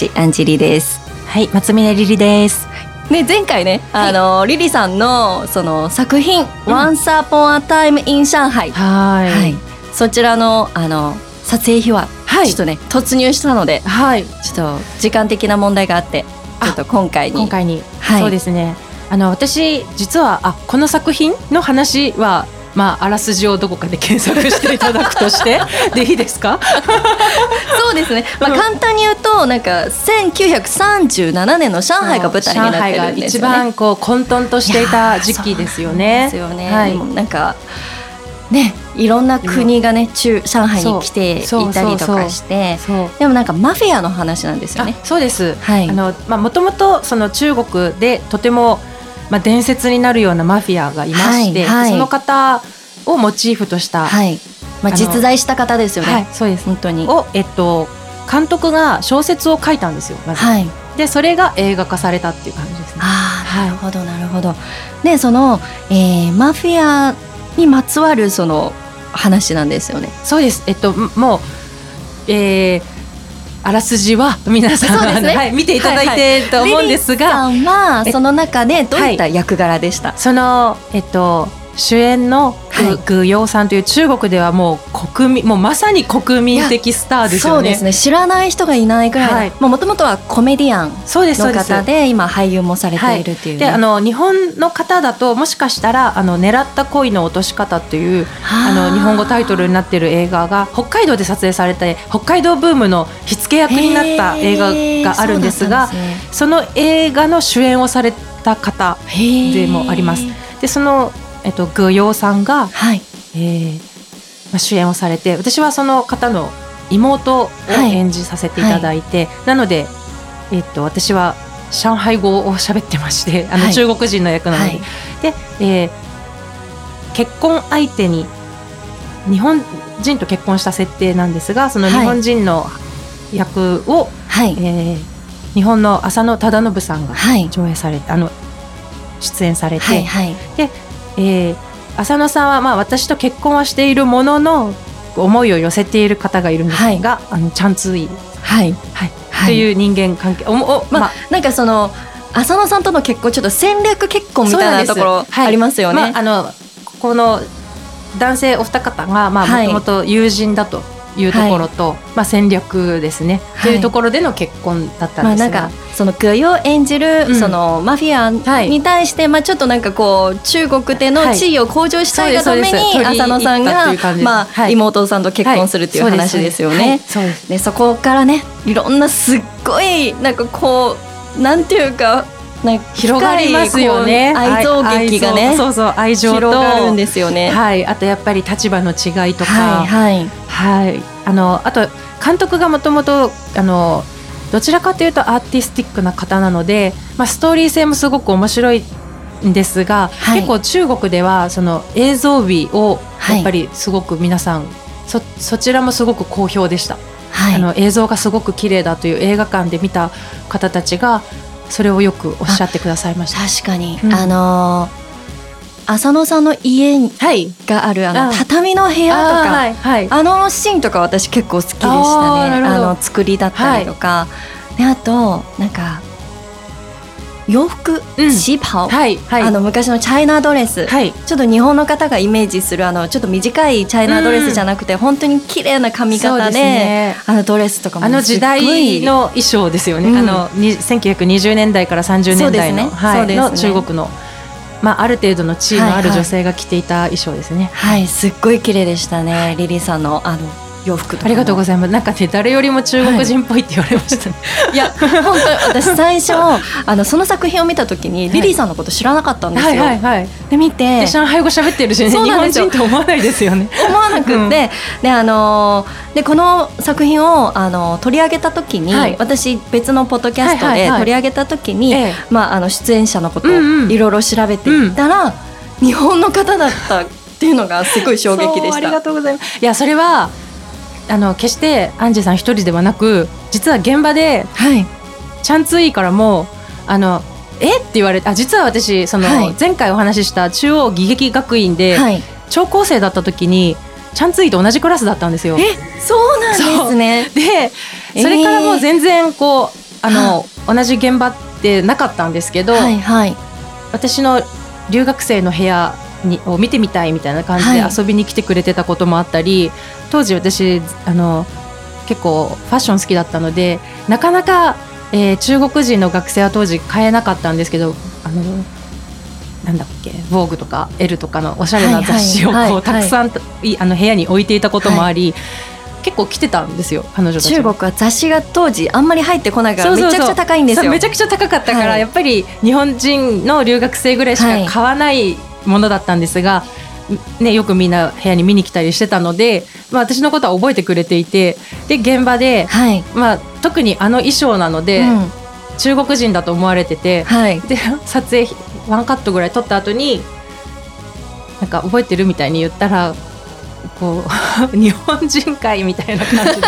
私アンジェリです。 はい、松峰リリです。 ね、前回ね、リリさんのその作品、Once Upon a Time in Shanghai、はい、そちらの撮影秘話、ちょっとね突入したので、ちょっと時間的な問題があってちょっと今回に、 そうですね、私実はこの作品の話はあらすじをどこかで検索していただくとしてでいいですか？ そうですね、簡単に言うとなんか1937年の上海が舞台になってるんですよね。 上海が一番混沌としていた時期ですよね。 そうですよね、でもなんかね、いろんな国がね上海に来ていたりとかして、でもなんかマフィアの話なんですよね。 そうです、もともとその中国でとても伝説になるようなマフィアがいまして、その方をモチーフとした、 実在した方ですよね。 そうです、 本当に監督が小説を書いたんですよ、まず。でそれが映画化されたっていう感じですね。 なるほどなるほど。でその、マフィアにまつわるその話なんですよね。 そうです。もう、あらすじは皆さん、見ていただいてと思うんですが、 リリさんはその中でどういった役柄でした？ その主演のグヨウさんという中国ではもうまさに国民的スターですよね。 そうですね、知らない人がいないぐらい、もともとはコメディアンの方で今俳優もされているっていう、 で日本の方だともしかしたら狙った恋の落とし方という日本語タイトルになっている映画が北海道で撮影されて、北海道ブームの火付け役になった映画があるんですが、その映画の主演をされた方でもあります。でそのグヨウさんが、主演をされて、私はその方の妹を演じさせていただいて、なので、私は上海語を喋ってまして、中国人の役なので、で、結婚相手に日本人と結婚した設定なんですが、その日本人の役を、日本の浅野忠信さんが上映されて、出演されて、で浅野さんは私と結婚はしているものの思いを寄せている方がいるんですが、チャンツーイという人間関係、 なんかその浅野さんとの結婚、ちょっと戦略結婚みたいなところありますよね。 この男性お二方がもともと友人だというところと、戦略ですね、というところでの結婚だったんですが、 なんかそのグヨを演じるそのマフィアに対して、ちょっとなんかこう中国での地位を向上したいがために浅野さんが妹さんと結婚するっていう話ですよね。でそこからね、いろんなすっごいなんかこうなんていうか広がりますよね。 愛憎劇がね、 愛情と広がるんですよね。 あとやっぱり立場の違いとか、あと監督がもともとどちらかというとアーティスティックな方なので、ストーリー性もすごく面白いんですが、結構中国ではその映像美をやっぱりすごく皆さん、そちらもすごく好評でした。映像がすごく綺麗だという映画館で見た方たちがそれをよくおっしゃってくださいました。 確かに、浅野さんの家がある畳の部屋とか、シーンとか私結構好きでしたね。作りだったりとか、であとなんか洋服、シーパオ、昔のチャイナドレス、ちょっと日本の方がイメージするちょっと短いチャイナドレスじゃなくて、本当に綺麗な髪型で、ドレスとかも時代の衣装ですよね。1920年代から30年代の中国の、ある程度の地位のある女性が着ていた衣装ですね。 すっごい綺麗でしたね、リリーさんの洋服とか。 ありがとうございます。なんかね、誰よりも中国人っぽいって言われましたね。 いや本当私最初その作品を見た時にリリーさんのこと知らなかったんですよ。で見て、 上海語喋ってるしね、日本人と思わないですよね。 思わなくって、でこの作品を取り上げた時に、私別のポッドキャストで取り上げた時に、出演者のことをいろいろ調べていったら、日本の方だったっていうのがすごい衝撃でした。 ありがとうございます。いやそれは決してアンジェさん一人ではなく、実は現場で、チャンツーイからもって言われて、実は私その、前回お話しした中央義劇学院で、聴講生だった時にチャンツーイと同じクラスだったんですよ。 そうなんですね。 でそれからもう全然同じ現場ってなかったんですけど、 はいはい、 私の留学生の部屋を見てみたいみたいな感じで遊びに来てくれてたこともあったり、当時私結構ファッション好きだったので、なかなか、中国人の学生は当時買えなかったんですけど、なんだっけ、Vogue とか L とかのおしゃれな雑誌をこうたくさん部屋に置いていたこともあり、結構来てたんですよ、彼女たち。 中国は雑誌が当時あんまり入ってこないからめちゃくちゃ高いんですよ。 めちゃくちゃ高かったから、やっぱり日本人の留学生ぐらいしか買わないものだったんですが、ね、よくみんな部屋に見に来たりしてたので、私のことは覚えてくれていて、で現場で、特に衣装なので、中国人だと思われてて、で撮影ワンカットぐらい撮った後になんか覚えてるみたいに言ったら、こう日本人かいみたいな感じで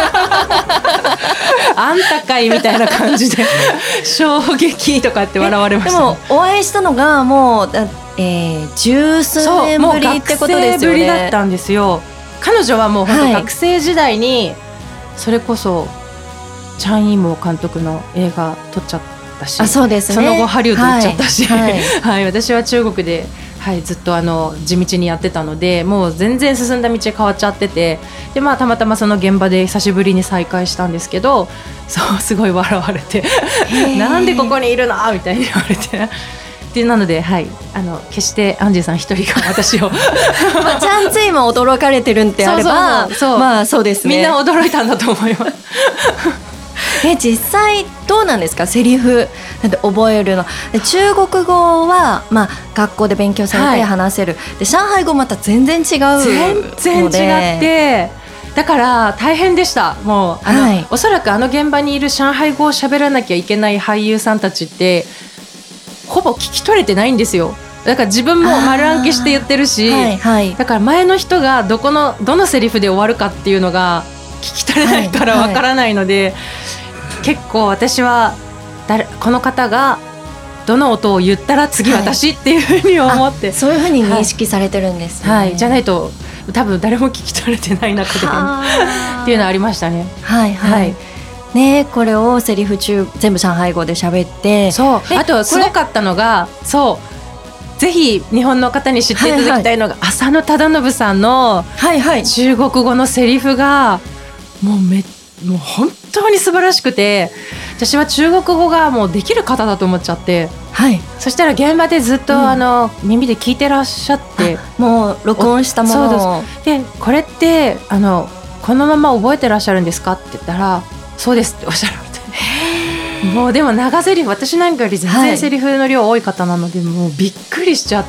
あんたかいみたいな感じで衝撃とかって笑われました。 でもお会いしたのがもう十数年ぶりってことですよね。 学生ぶりだったんですよ。彼女はもう本当学生時代にそれこそチャン・イーモー監督の映画撮っちゃったし、 そうですね、 その後ハリウッド行っちゃったし、私は中国で、ずっと地道にやってたので、もう全然進んだ道変わっちゃってて、で、たまたまその現場で久しぶりに再会したんですけど、すごい笑われてなんでここにいるのみたいに言われてで、なので、決してアンジーさん一人が私をチャンツイも驚かれてるんであれば、そうですね、 みんな驚いたんだと思います実際どうなんですか、セリフなんて覚えるの。中国語は、学校で勉強されて話せる、で上海語また全然違うので、 全然違って、だから大変でした。もうおそらく現場にいる上海語を喋らなきゃいけない俳優さんたちってほぼ聞き取れてないんですよ。だから自分も丸暗記して言ってるし、だから前の人がどのセリフで終わるかっていうのが聞き取れないからわからないので、結構私はこの方がどの音を言ったら次私っていうふうに思って、 そういうふうに認識されてるんですね。 じゃないと多分誰も聞き取れてない中でっていうのはありましたね。 ね、これをセリフ中全部上海語で喋って、 あとすごかったのが、ぜひ日本の方に知っていただきたいのが、浅野忠信さんの中国語のセリフがもう本当に素晴らしくて、私は中国語がもうできる方だと思っちゃって、そしたら現場でずっと耳で聞いてらっしゃって、 もう録音したもので、これってこのまま覚えてらっしゃるんですかって言ったら、そうですっておっしゃられて、もうでも長セリフ、私なんかより全然セリフの量多い方なので、もうびっくりしちゃって、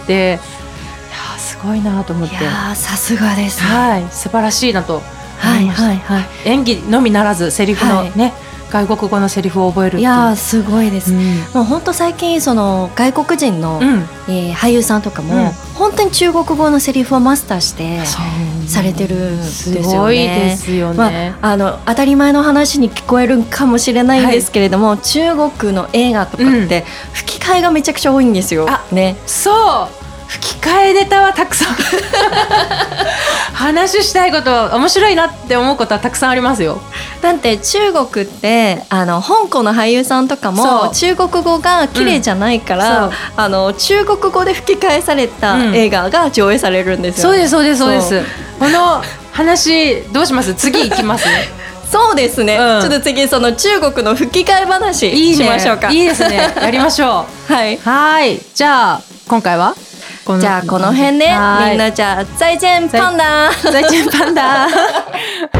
すごいなと思って、 さすがです、 素晴らしいなと思いました。演技のみならずセリフのね、外国語のセリフを覚えるっていう、 すごいです、もう本当最近その外国人の、俳優さんとかも、本当に中国語のセリフをマスターしてされてるんですよね。 すごいですよね。 当たり前の話に聞こえるかもしれないんですけれども、中国の映画とかって吹き替えがめちゃくちゃ多いんですよ、 吹き替えネタはたくさん話したいこと面白いなって思うことはたくさんありますよ。 だって中国って香港の俳優さんとかも中国語が綺麗じゃないから、中国語で吹き替えされた映画が上映されるんですよ、 そうですこの話どうします？次行きますそうですね、ちょっと次その中国の吹き替え話しましょうか。 いいですね、やりましょうはいじゃあ今回はじゃあこの辺でみんなじゃあ再见パンダ再见パンダ